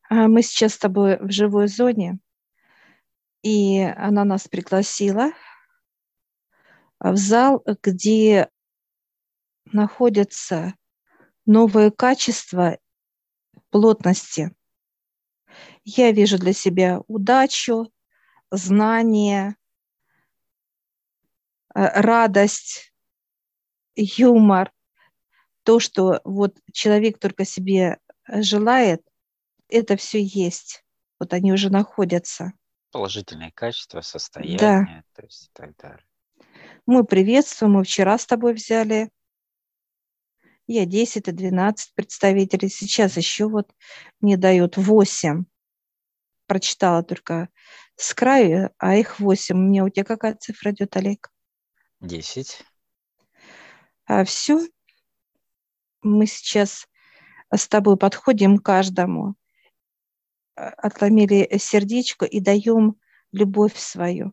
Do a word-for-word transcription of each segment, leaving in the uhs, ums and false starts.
А, Мы сейчас с тобой в живой зоне, и она нас пригласила а, в зал, где находятся новые качества плотности. Я вижу для себя удачу, знание, э, радость, юмор, то, что вот человек только себе желает, это все есть. Вот они уже находятся. Положительные качества, Да, состояния, то есть и так далее. мы приветствуем, мы вчера с тобой взяли. Я десять и двенадцать представителей. Сейчас еще вот мне дают восемь. Прочитала только с краю, а их восемь. Мне у тебя какая цифра идет, Олег? Десять. А все, мы сейчас с тобой подходим к каждому, а, отломили сердечко и даем любовь свою.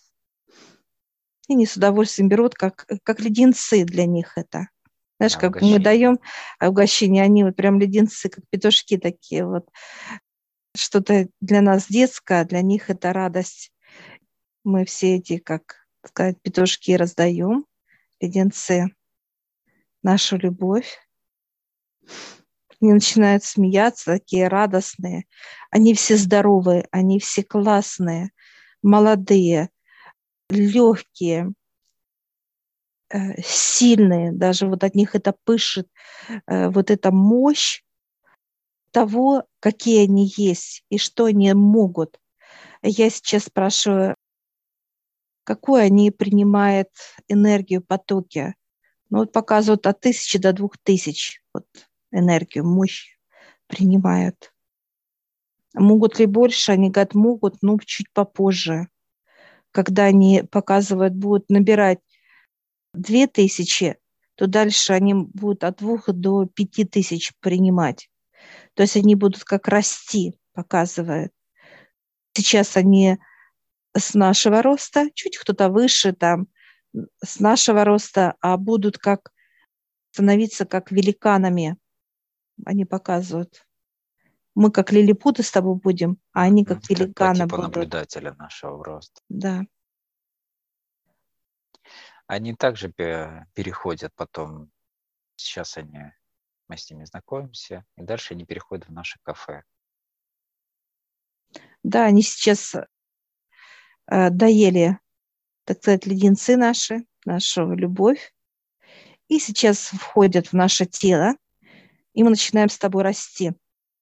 И они с удовольствием берут, как, как леденцы для них это. Знаешь, Да, как мы угощение. даем угощение, они вот прям леденцы, как петушки такие вот. Что-то для нас детское, а для них это радость. Мы все эти, как сказать, петушки раздаем, леденцы, нашу любовь. Они начинают смеяться, такие радостные. Они все здоровые, они все классные, молодые, легкие, э, сильные. Даже вот от них это пышет, э, вот эта мощь того, какие они есть и что они могут. Я сейчас спрашиваю, какую они принимают энергию, потоки. Ну, вот показывают от тысячи до двух тысяч вот, энергию, мощь принимают. Могут ли больше? Они говорят, могут, но чуть попозже. Когда они показывают, будут набирать две тысячи, то дальше они будут от двух до пяти тысяч принимать. То есть они будут как расти, показывают. Сейчас они с нашего роста, чуть кто-то выше там, с нашего роста, а будут как становиться как великанами. Они показывают. Мы как лилипуты с тобой будем, а они как Мгм. Как по великаны типу будут. наблюдателя нашего роста. Да. Они также пе- переходят потом, сейчас они, мы с ними знакомимся, и дальше они переходят в наше кафе. Да, они сейчас э, доели, так сказать, леденцы наши, нашу любовь, и сейчас входят в наше тело, и мы начинаем с тобой расти.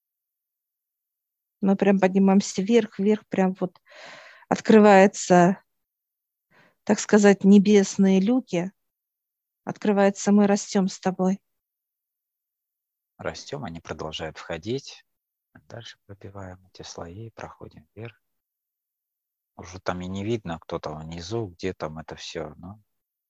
Мы прям поднимаемся вверх, вверх, прям вот открывается, так сказать, небесные люки, открывается, мы растем с тобой. Растем, они продолжают входить, дальше пробиваем эти слои, проходим вверх. Уже там и не видно, кто там внизу, где там это все. Но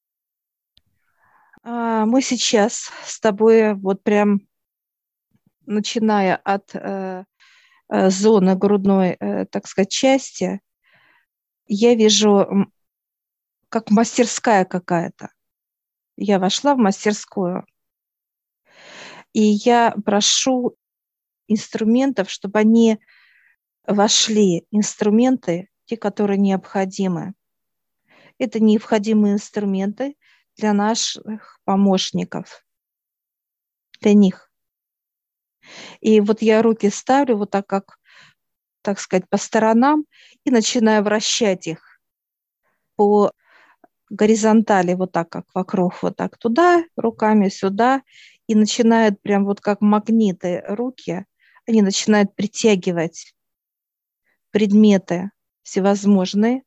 А, мы сейчас с тобой вот прям начиная от э, э, зоны грудной, э, так сказать, части, я вижу м, как мастерская какая-то. Я вошла в мастерскую, и я прошу инструментов, чтобы они вошли, инструменты, те, которые необходимы. Это необходимые инструменты для наших помощников, для них. И вот я руки ставлю вот так, как, так сказать, по сторонам и начинаю вращать их по горизонтали, вот так, как вокруг, вот так туда, руками сюда, и начинают прям вот как магниты руки, они начинают притягивать предметы всевозможные,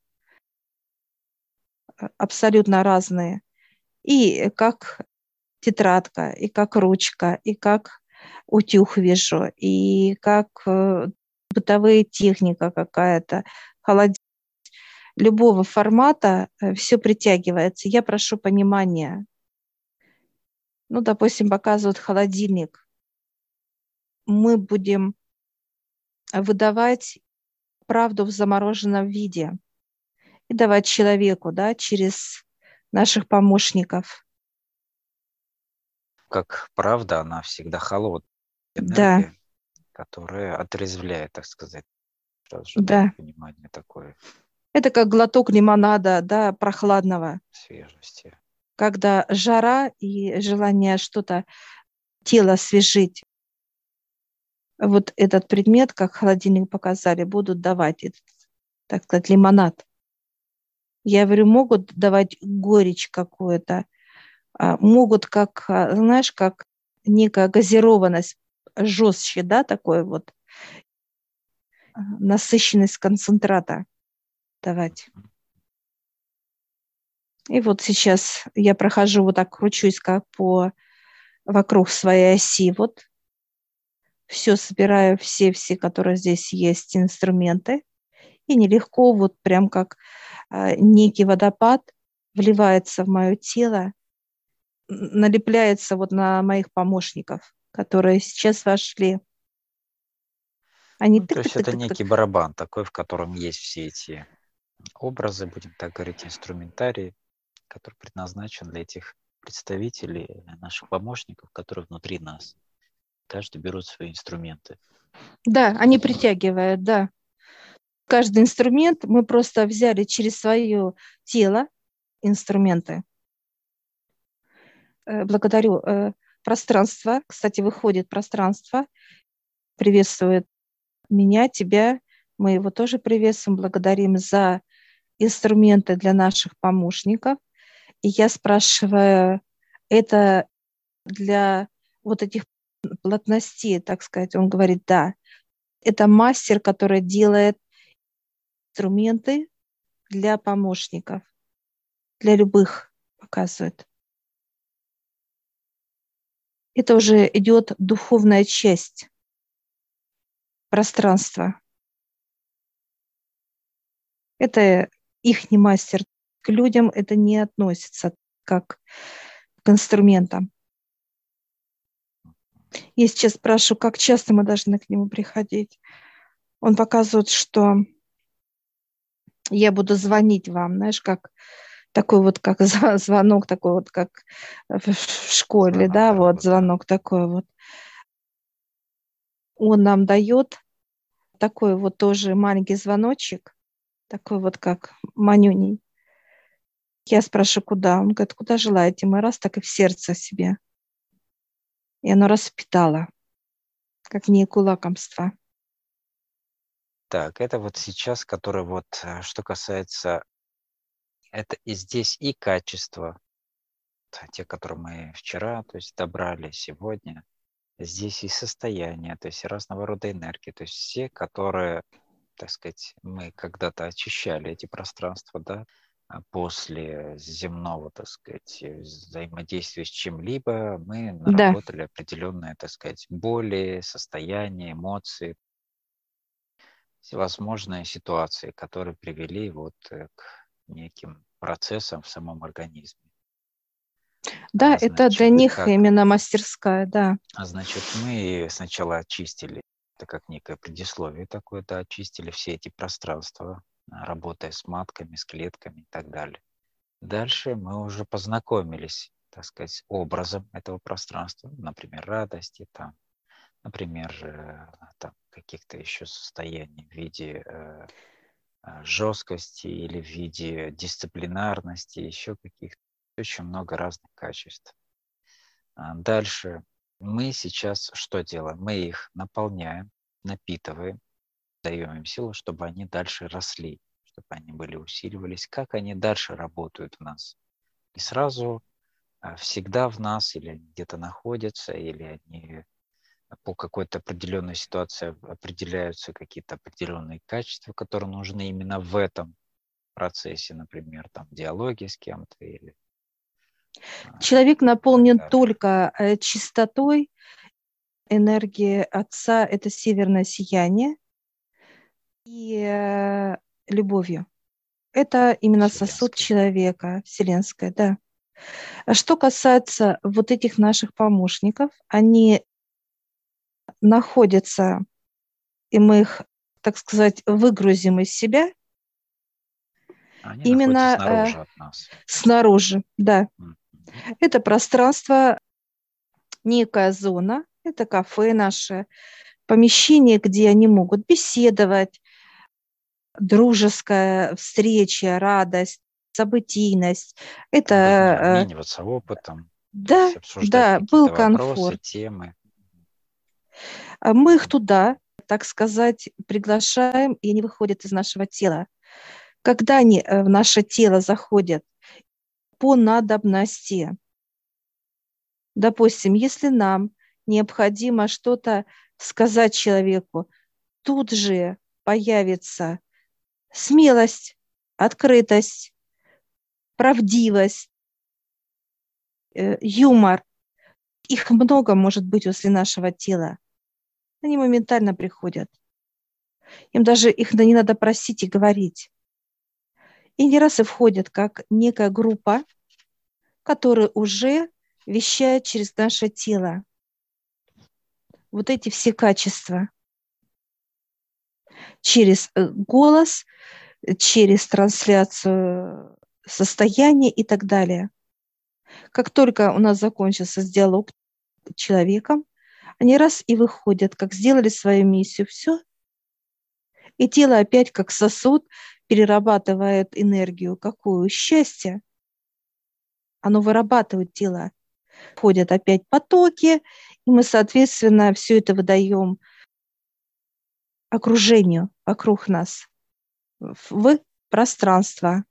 а, абсолютно разные, и как тетрадка, и как ручка, и как утюг вижу, и как э, бытовая техника какая-то, холодильник. Любого формата все притягивается. Я прошу понимания. Ну, допустим, показывают холодильник. Мы будем выдавать правду в замороженном виде и давать человеку, да, через наших помощников. как правда, она всегда холодная Да, энергия, которое отрезвляет, так сказать, сразу же Да. дает понимание такое Это как глоток лимонада, да, прохладного, свежести. когда жара и желание что-то, тело освежить. Вот этот предмет, как холодильник показали, будут давать, этот, так сказать, лимонад. Я говорю, могут давать горечь какую-то, а могут как, а, знаешь, как некая газированность жестче, да, такой вот а, насыщенность концентрата давать. И вот сейчас я прохожу вот так, кручусь как по вокруг своей оси, вот все собираю, все-все, которые здесь есть, инструменты, и нелегко, вот прям как а, некий водопад вливается в мое тело, н- налепляется вот на моих помощников, которые сейчас вошли. Они Ну, то есть это тык-тык-тык-тык-тык. некий барабан такой, в котором есть все эти образы, будем так говорить, инструментарий, который предназначен для этих представителей, наших помощников, которые внутри нас. Каждый берут свои инструменты. Да, они притягивают, да. Каждый инструмент мы просто взяли через свое тело инструменты. Э, Благодарю. э, Пространство, кстати, выходит пространство, приветствует меня, тебя. Мы его тоже приветствуем, благодарим за инструменты для наших помощников. И я спрашиваю, это для вот этих плотностей, так сказать? Он говорит, да. Это мастер, который делает инструменты для помощников, для любых показывает. Это уже идет духовная часть пространства. Это их не мастер. К людям это не относится как к инструментам. Я сейчас спрашиваю, как часто мы должны к нему приходить. Он показывает, что я буду звонить вам, знаешь, как такой вот, как звонок, такой вот, как в школе, Звонок да, вот друга, да. звонок такой вот. Он нам дает такой вот тоже маленький звоночек, такой вот как манюней. Я спрашиваю, куда? Он говорит, куда желаете? Мы раз так и в сердце себе. И оно распитало, как некое лакомство. Так, это вот сейчас, который вот, э, что касается, это и здесь и качество, т- те, которые мы вчера, то есть добрали сегодня, здесь и состояние, то есть и разного рода энергии, то есть все, которые, так сказать, мы когда-то очищали эти пространства, да, а после земного, так сказать, э, взаимодействия с чем-либо, мы Да, наработали определенные, так сказать, боли, состояния, эмоции, всевозможные ситуации, которые привели вот э, к неким процессам в самом организме. да, А, это для значит, них как, именно мастерская, да. а значит, мы сначала очистили, это как некое предисловие такое, да, очистили все эти пространства, а, работая с матками, с клетками и так далее. Дальше мы уже познакомились, так сказать, с образом этого пространства, например, радости, там, например, э, там, каких-то еще состояний в виде э, а, жесткости или в виде дисциплинарности, еще каких-то, очень много разных качеств. А дальше мы сейчас что делаем? Мы их наполняем, напитываем, даем им силу, чтобы они дальше росли, чтобы они были усиливались. Как они дальше работают в нас? И сразу а, всегда в нас или они где-то находятся, или они по какой-то определенной ситуации определяются какие-то определенные качества, которые нужны именно в этом процессе, например, там, диалоги с кем-то или а, Человек и так наполнен далее. только э, чистотой, энергией Отца– это северное сияние, и э, любовью. Это именно сосуд Вселенской. человека, вселенское, да. А что касается вот этих наших помощников, они находятся, и мы их, так сказать, выгрузим из себя Они находятся именно э, снаружи от нас. снаружи, да. Мгм. Это пространство, некая зона, это кафе наше, помещение, где они могут беседовать, дружеская встреча, радость, событийность. Обме- Это, э, Обмениваться опытом, то да, есть обсуждать да, был какие-то вопросы, комфорт. темы. А мы их туда, так сказать, приглашаем, и они выходят из нашего тела. Когда они э, в наше тело заходят по надобности, допустим, если нам необходимо что-то сказать человеку, тут же появится смелость, открытость, правдивость, э, юмор. Их много может быть возле нашего тела. Они моментально приходят. Им даже их не надо просить и говорить. И не раз и входят как некая группа, которая уже вещает через наше тело. Вот эти все качества. Через э, голос, через трансляцию состояния и так далее. Как только у нас закончился диалог с человеком, они раз и выходят, как сделали свою миссию, все, и тело опять как сосуд перерабатывает энергию. Какую? Счастье. Оно вырабатывает тело. Входят опять потоки, и мы, соответственно, все это выдаем окружению вокруг нас, в пространство.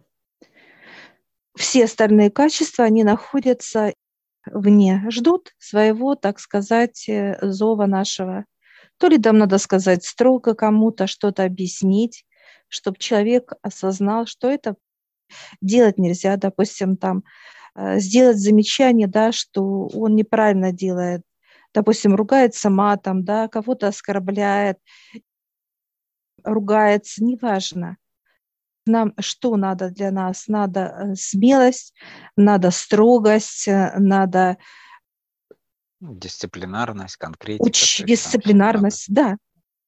Все остальные качества, они находятся вне, ждут своего, так сказать, э, зова нашего. То ли нам надо сказать строго кому-то, что-то объяснить, чтобы человек осознал, что это делать нельзя, допустим, там, э, сделать замечание, да, что он неправильно делает, допустим, ругается матом, да, кого-то оскорбляет, ругается, неважно. Нам что надо для нас? Надо э, смелость, надо строгость, э, надо Ну, дисциплинарность, конкретика, уч- то есть там все надо. дисциплинарность, да.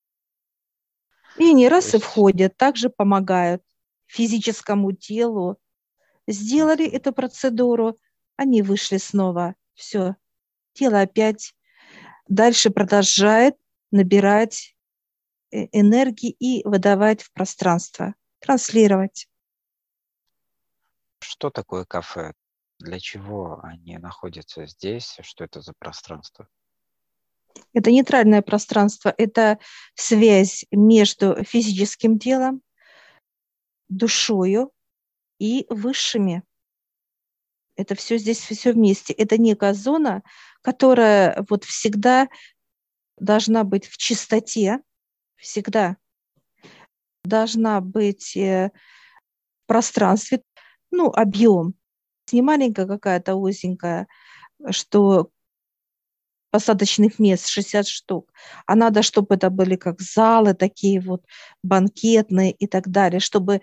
И не То раз и есть входят, также помогают физическому телу. Сделали мгм. эту процедуру, они вышли снова. Все, тело опять дальше продолжает набирать э, энергии и выдавать в пространство, транслировать. Что такое кафе? Для чего они находятся здесь? Что это за пространство? Это нейтральное пространство, это связь между физическим телом, душою и высшими. Это все здесь, все вместе. Это некая зона, которая вот всегда должна быть в чистоте, всегда должна быть э, в пространстве, ну, объем. Не маленькая какая-то узенькая, что посадочных мест шестьдесят штук, а надо, чтобы это были как залы такие вот банкетные и так далее, чтобы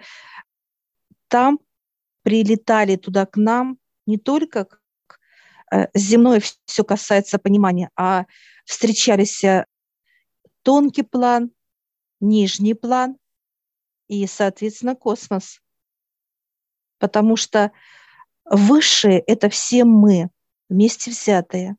там прилетали туда к нам не только э, земное все касается понимания, а встречались э, тонкий план, нижний план и, соответственно, космос. Потому что высшие – это все мы, вместе взятые.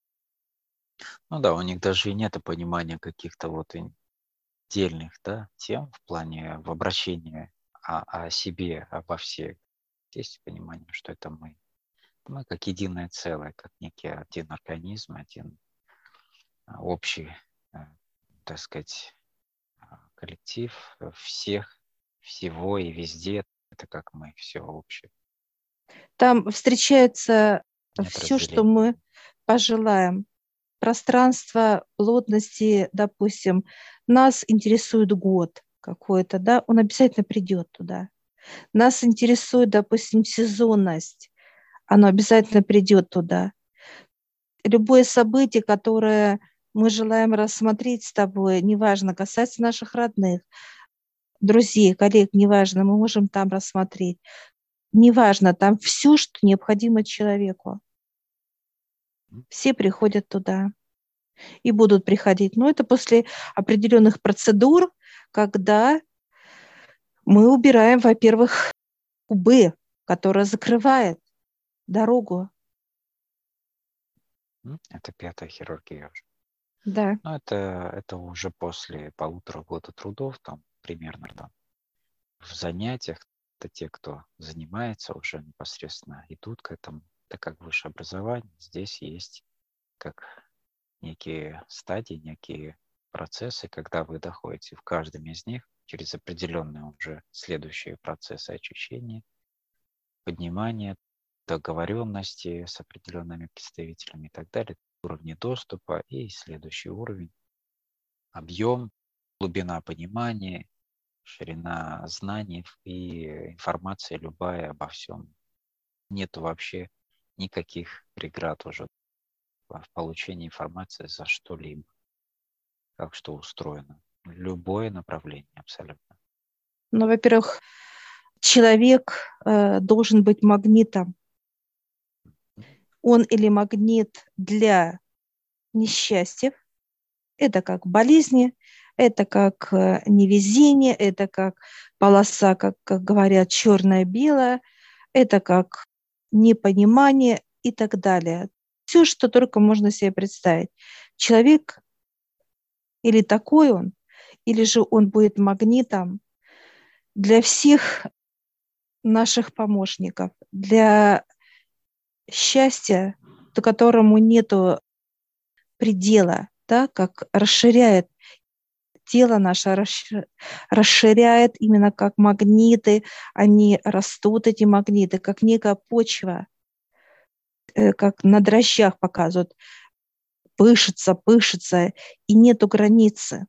Ну да, у них даже и нет понимания каких-то вот отдельных, да, тем в плане в обращении о, о себе, обо всех. Есть понимание, что это мы. Мы как единое целое, как некий один организм, один а, общий, а, так сказать, а, коллектив э, всех, всего и везде. Это как мы, все общее. Там встречается Нет все, что разделения. мы пожелаем. Пространство плотности, допустим, нас интересует год какой-то, да, он обязательно придет туда. Нас интересует, допустим, сезонность, оно обязательно придет туда. Любое событие, которое мы желаем рассмотреть с тобой, неважно, касается наших родных, друзей, коллег, неважно, мы можем там рассмотреть. Неважно, там все, что необходимо человеку. Все приходят туда и будут приходить. Но это после определенных процедур, когда мы убираем, во-первых, кубы, которая закрывает дорогу. М, Это пятая хирургия уже. Да. Но это, это уже после полутора года трудов, там примерно там в занятиях, это те, кто занимается, уже непосредственно идут к этому. Это как высшее образование. Здесь есть как некие стадии, некие процессы, когда вы доходите в каждом из них через определенные уже следующие процессы очищения, поднимания, договоренности с определенными представителями и так далее, уровни доступа и следующий уровень, объем, глубина понимания, ширина знаний и информация любая обо всем. Нет вообще никаких преград уже в получении информации за что-либо, как что устроено. Любое направление абсолютно. Ну, во-первых, человек э, должен быть магнитом. Он или магнит для несчастья, это как болезни, это как э, невезение, это как полоса, как, как говорят, черное-белое, это как непонимание и так далее. Все, что только можно себе представить. Человек или такой он, или же он будет магнитом для всех наших помощников, для счастья, до которому нету предела, да, как расширяет тело наше, расширяет именно как магниты, они растут, эти магниты, как некая почва, как на дрожжах показывают, пышется, пышется, и нету границы.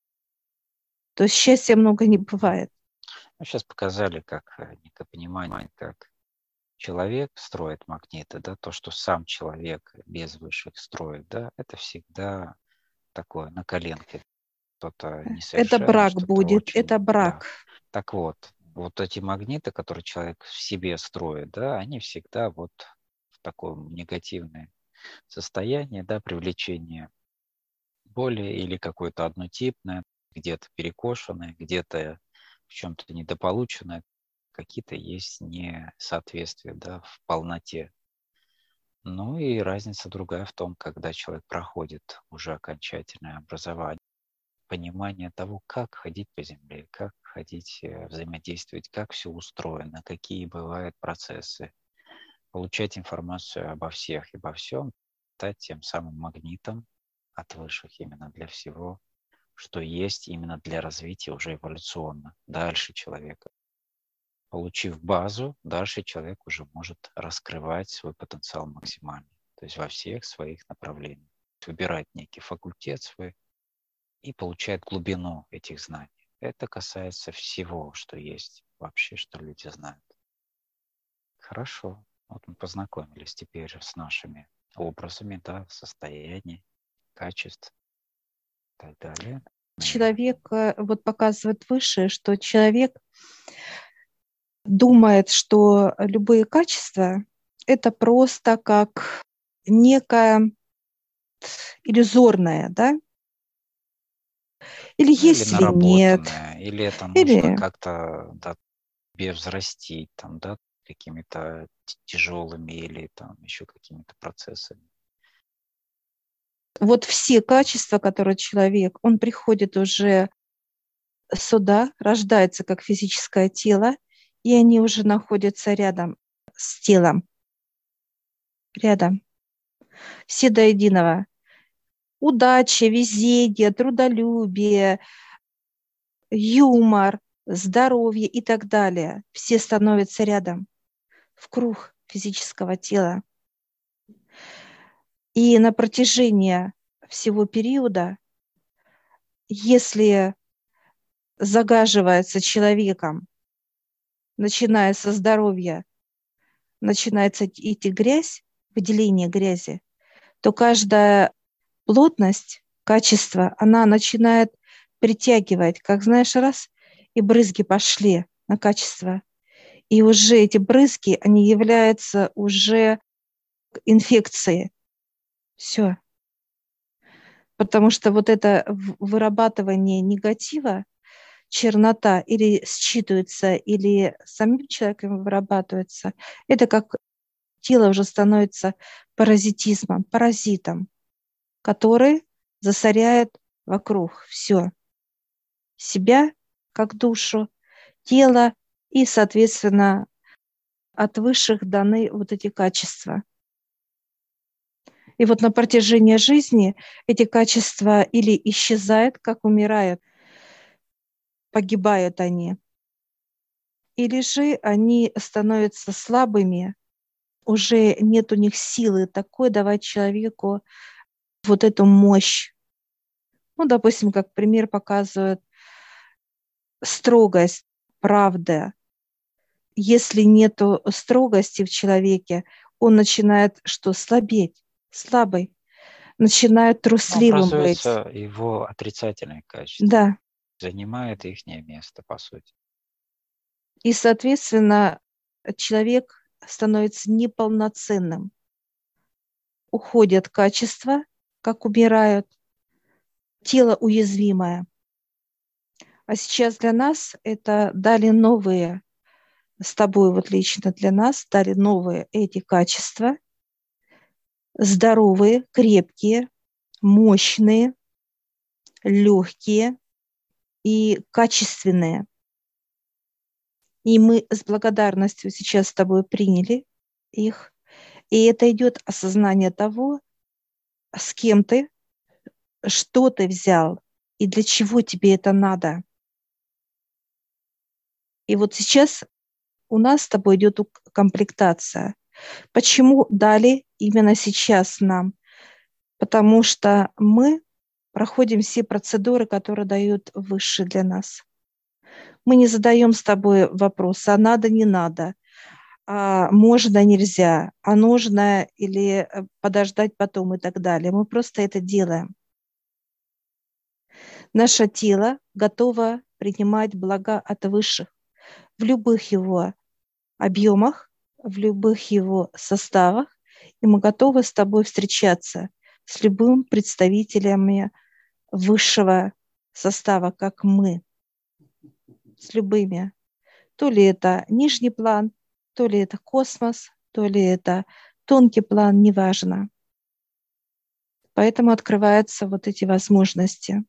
То есть счастья много не бывает. Ну, сейчас показали, как некое понимание, как человек строит магниты, да, то, что сам человек без высших строит, да, это всегда такое на коленке. Что-то Это несовершенное, брак что-то будет, очень, это брак. да. Так вот, вот эти магниты, которые человек в себе строит, да, они всегда вот в таком негативное состояние, да, привлечение более или какое-то однотипное, где-то перекошенное, где-то в чем-то недополученное, какие-то есть несоответствия, да, в полноте. Ну и разница другая в том, когда человек проходит уже окончательное образование, понимание того, как ходить по земле, как ходить, э, взаимодействовать, как все устроено, какие бывают процессы, получать информацию обо всех и обо всем, стать тем самым магнитом от высших именно для всего, что есть именно для развития уже эволюционно дальше человека. Получив базу, дальше человек уже может раскрывать свой потенциал максимально, то есть во всех своих направлениях. Выбирать некий факультет свой и получает глубину этих знаний. Это касается всего, что есть вообще, что люди знают. Хорошо. Вот мы познакомились теперь с нашими образами, да, состояний, качеств и так далее. Человек, э, вот показывает выше, что человек думает, что любые качества – это просто как некое иллюзорное, да? Или Ну, или есть, или нет. наработанное, или это нужно Или как-то, да, тебе взрастить, там, да, какими-то тяжелыми или там еще какими-то процессами. вот все качества, которые человек, он приходит уже сюда, рождается как физическое тело, и они уже находятся рядом с телом, рядом, все до единого. Удача, везение, трудолюбие, юмор, здоровье и так далее. Все становятся рядом, в круг физического тела. И на протяжении всего периода, если загаживается человеком, начиная со здоровья, начинается идти грязь, выделение грязи, то каждая плотность, качество, она начинает притягивать, как знаешь, раз, и брызги пошли на качество. И уже эти брызги, они являются уже инфекцией. Все. Потому что вот это вырабатывание негатива, чернота или считывается, или самим человеком вырабатывается, это как тело уже становится паразитизмом, паразитом, который засоряет вокруг все. Себя как душу, тело и, соответственно, от высших даны вот эти качества. И вот на протяжении жизни эти качества или исчезают, как умирают, погибают они, или же они становятся слабыми, уже нет у них силы такой давать человеку вот эту мощь. Ну, допустим, как пример показывает строгость, правда. Если нету строгости в человеке, он начинает что? Слабеть, слабый, начинает Ну, трусливым быть. образуется его отрицательное качество. Да. Занимает их место, по сути. И, соответственно, человек становится неполноценным. Уходят качества, как умирают, тело уязвимое. А сейчас для нас это дали новые, с тобой вот лично для нас дали новые эти качества, здоровые, крепкие, мощные, легкие и качественные. И мы с благодарностью сейчас с тобой приняли их. И это идет осознание того, с кем ты, что ты взял и для чего тебе это надо. И вот сейчас у нас с тобой идет комплектация. Почему дали именно сейчас нам? Потому что мы проходим все процедуры, которые дают высшие для нас. Мы не задаем с тобой вопрос, а надо, не надо, а можно, нельзя, а нужно или подождать потом и так далее. Мы просто это делаем. Наше тело готово принимать блага от высших в любых его объемах, в любых его составах, и мы готовы с тобой встречаться с любым представителями высшего состава, как мы, с любыми. То ли это нижний план, то ли это космос, то ли это тонкий план, неважно. Поэтому открываются вот эти возможности.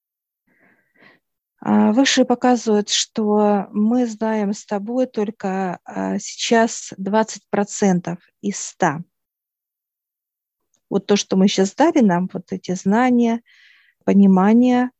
Высшие показывают, что мы знаем с тобой только сейчас двадцать процентов из ста. Вот то, что мы сейчас дали нам, вот эти знания, понимание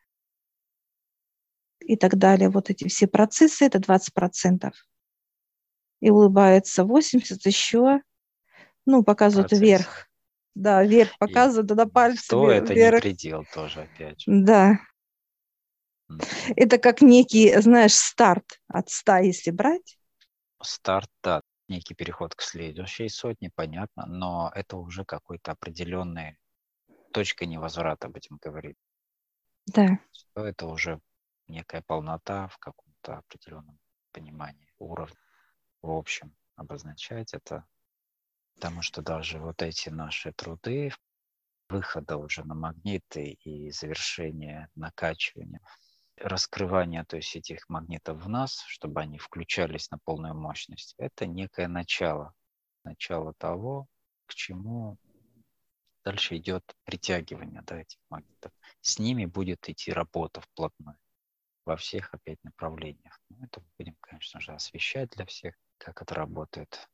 и так далее, вот эти все процессы, это двадцать процентов. И улыбается восемьдесят еще, ну, показывают Процесс. вверх. Да, вверх показывают, туда пальцами сто это вверх. не предел тоже, опять же. Да. Это как некий, знаешь, старт от ста, если брать. Старт, да, некий переход к следующей сотне, понятно, но это уже какой-то определенный точка невозврата, будем говорить. Да. Это уже некая полнота в каком-то определенном понимании, уровне. В общем, обозначать это, потому что даже вот эти наши труды, выхода уже на магниты и завершение накачивания, раскрывание, то есть этих магнитов в нас, чтобы они включались на полную мощность, это некое начало. Начало того, к чему дальше идет притягивание, да, этих магнитов. С ними будет идти работа вплотную во всех опять направлениях. Ну, это будем, конечно же, освещать для всех, как это работает.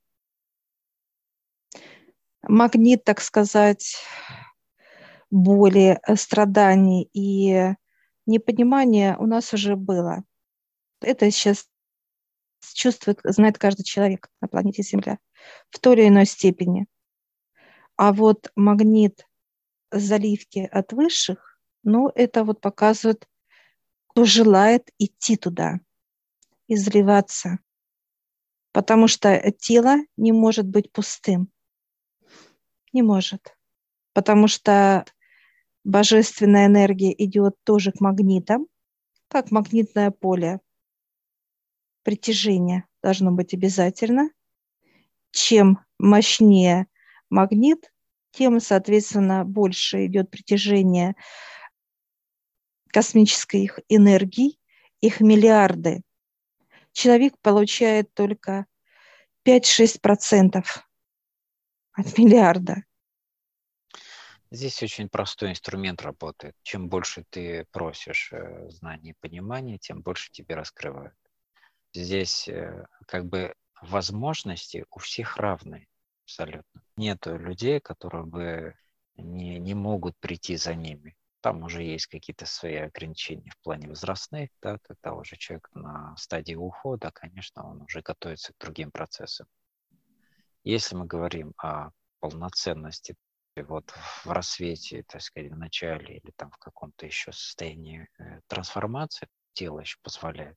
Магнит, так сказать, боли, страданий и непонимания у нас уже было. Это сейчас чувствует, знает каждый человек на планете Земля в той или иной степени. А вот магнит заливки от высших, ну, это вот показывает, кто желает идти туда и заливаться. Потому что тело не может быть пустым. Не может. Потому что божественная энергия идет тоже к магнитам, как магнитное поле. Притяжение должно быть обязательно. Чем мощнее магнит, тем, соответственно, больше идет притяжение космической их энергии, их миллиарды. Человек получает только пять-шесть процентов от миллиарда. Здесь очень простой инструмент работает. Чем больше ты просишь э, знаний и понимания, тем больше тебе раскрывают. Здесь э, как бы возможности у всех равны абсолютно. Нету людей, которые бы не, не могут прийти за ними. Там уже есть какие-то свои ограничения в плане возрастных, да, когда уже человек на стадии ухода, конечно, он уже готовится к другим процессам. Если мы говорим о полноценности вот в рассвете, так сказать, в начале или там в каком-то еще состоянии э, трансформации, тело еще позволяет,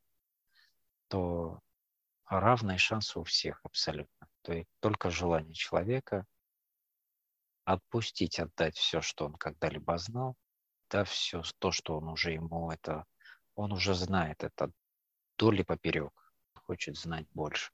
то равные шансы у всех абсолютно. То есть только желание человека отпустить, отдать все, что он когда-либо знал, да, все то, что он уже ему это, он уже знает это вдоль и поперек, хочет знать больше.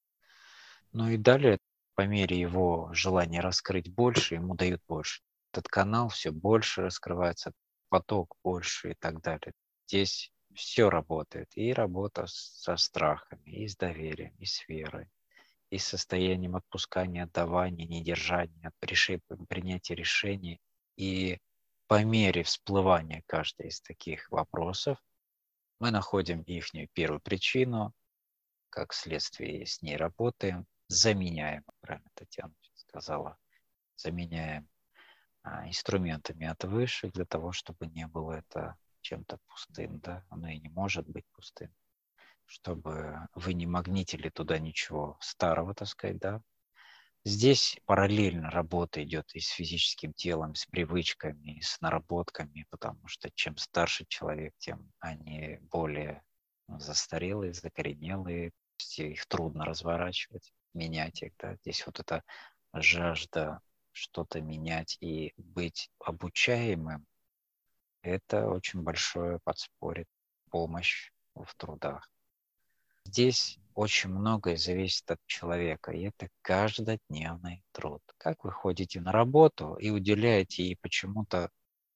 Ну и далее, по мере его желания раскрыть больше, ему дают больше. Этот канал все больше раскрывается, поток больше и так далее. Здесь все работает. И работа со страхами, и с доверием, и с верой, и с состоянием отпускания, отдавания, недержания, реши- принятия решений. И по мере всплывания каждой из таких вопросов мы находим их первую причину, как следствие с ней работаем, заменяем, правильно Татьяна сказала, заменяем а, инструментами от выше для того, чтобы не было это чем-то пустым, да, оно и не может быть пустым, чтобы вы не магнитили туда ничего старого, так сказать, да. Здесь параллельно работа идет и с физическим телом, с привычками, и с наработками, потому что чем старше человек, тем они более ну, застарелые, закоренелые, их трудно разворачивать, менять их. Да? Здесь вот эта жажда что-то менять и быть обучаемым, это очень большое подспорье, помощь в трудах. Здесь очень многое зависит от человека, и это каждодневный труд. Как вы ходите на работу и уделяете ей почему-то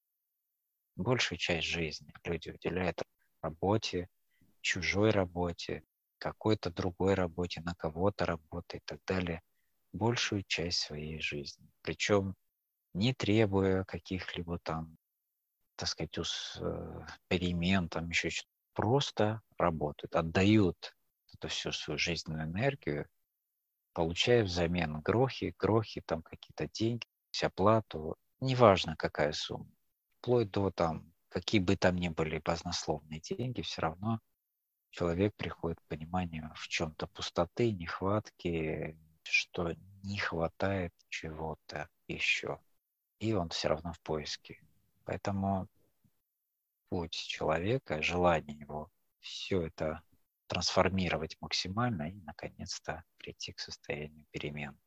большую часть жизни. Люди уделяют работе, чужой работе, какой-то другой работе, на кого-то работе и так далее, большую часть своей жизни. Причем не требуя каких-либо там, так сказать, ус, э, перемен, там еще что-то. Просто работают, отдают эту всю свою жизненную энергию, получая взамен грохи, грохи, там какие-то деньги, оплату, неважно какая сумма, вплоть до там, какие бы там ни были баснословные деньги, все равно человек приходит к пониманию в чем-то пустоты, нехватки, что не хватает чего-то еще. И он все равно в поиске. Поэтому путь человека, желание его все это трансформировать максимально и, наконец-то, прийти к состоянию перемен.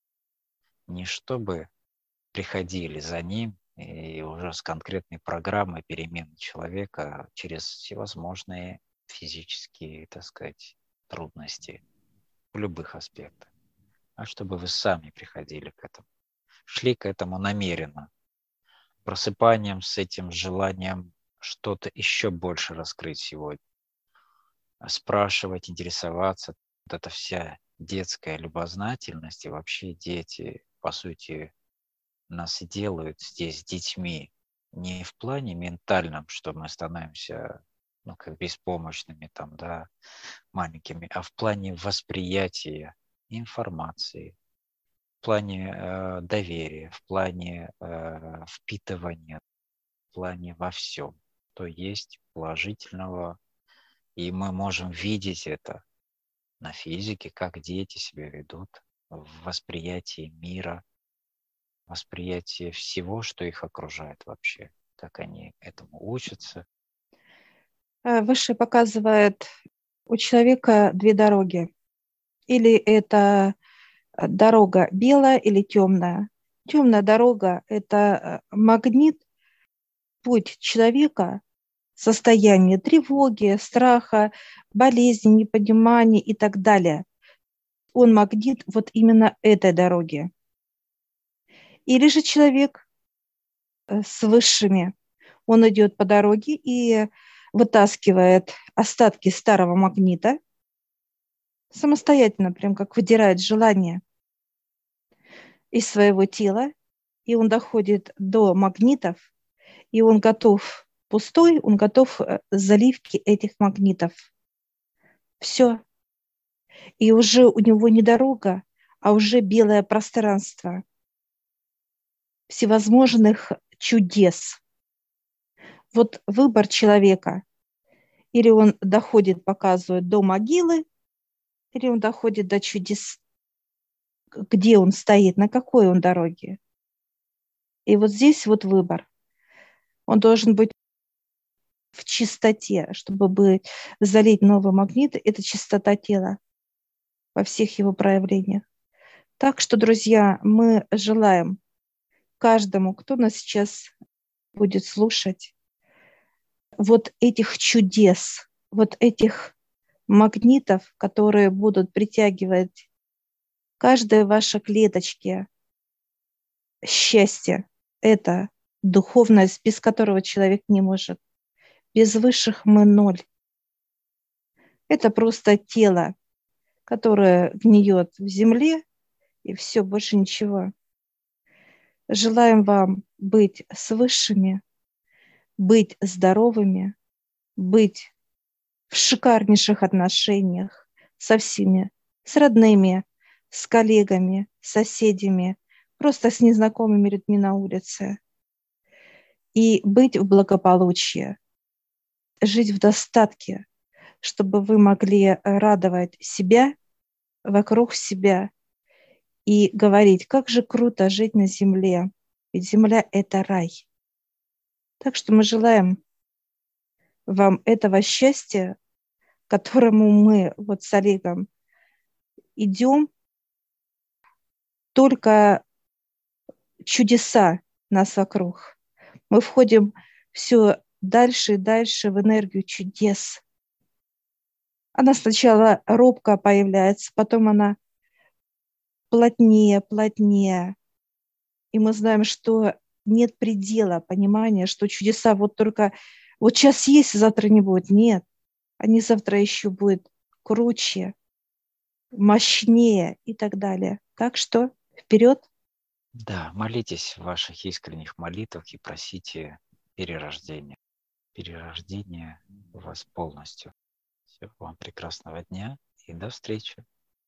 Не чтобы приходили за ним и уже с конкретной программой перемен человека через всевозможные физические, так сказать, трудности в любых аспектах, а чтобы вы сами приходили к этому, шли к этому намеренно, просыпанием с этим желанием что-то еще больше раскрыть сегодня, спрашивать, интересоваться. Вот эта вся детская любознательность и вообще дети, по сути, нас и делают здесь детьми. Не в плане ментальном, что мы становимся ну, как беспомощными, там, да, маленькими, а в плане восприятия информации, в плане э, доверия, в плане э, впитывания, в плане во всем, то есть положительного. И мы можем видеть это на физике, как дети себя ведут в восприятии мира, восприятие всего, что их окружает вообще, как они этому учатся. Выше показывает у человека две дороги. Или это дорога белая или темная. Темная дорога – это магнит, путь человека, состояние тревоги, страха, болезни, непонимания и так далее. Он магнит вот именно этой дороги. Или же человек с высшими, он идет по дороге и вытаскивает остатки старого магнита, самостоятельно, прям как выдирает желание из своего тела и он доходит до магнитов, и он готов пустой, он готов к заливке этих магнитов. Все. И уже у него не дорога, а уже белое пространство всевозможных чудес. Вот выбор человека. Или он доходит, показывает до могилы, или он доходит до чудес, где он стоит, на какой он дороге. И вот здесь вот выбор. Он должен быть в чистоте, чтобы бы залить новый магнит. Это чистота тела во всех его проявлениях. Так что, друзья, мы желаем каждому, кто нас сейчас будет слушать, вот этих чудес, вот этих магнитов, которые будут притягивать каждой вашей клеточке счастье. Это духовность, без которого человек не может. Без высших мы ноль. Это просто тело, которое гниет в земле, и все, больше ничего. Желаем вам быть с высшими, быть здоровыми, быть в шикарнейших отношениях со всеми, с родными, с коллегами, с соседями, просто с незнакомыми людьми на улице. И быть в благополучии, жить в достатке, чтобы вы могли радовать себя, вокруг себя и говорить, как же круто жить на земле, ведь земля – это рай. Так что мы желаем вам этого счастья, к которому мы вот с Олегом идем, только чудеса нас вокруг. Мы входим все дальше и дальше в энергию чудес. Она сначала робко появляется, потом она плотнее, плотнее. И мы знаем, что нет предела понимания, что чудеса вот только вот сейчас есть, завтра не будет. Нет, они завтра еще будут круче, мощнее и так далее. Так что вперед! Да, молитесь в ваших искренних молитвах и просите перерождения. Перерождение у вас полностью. Всего вам прекрасного дня и до встречи.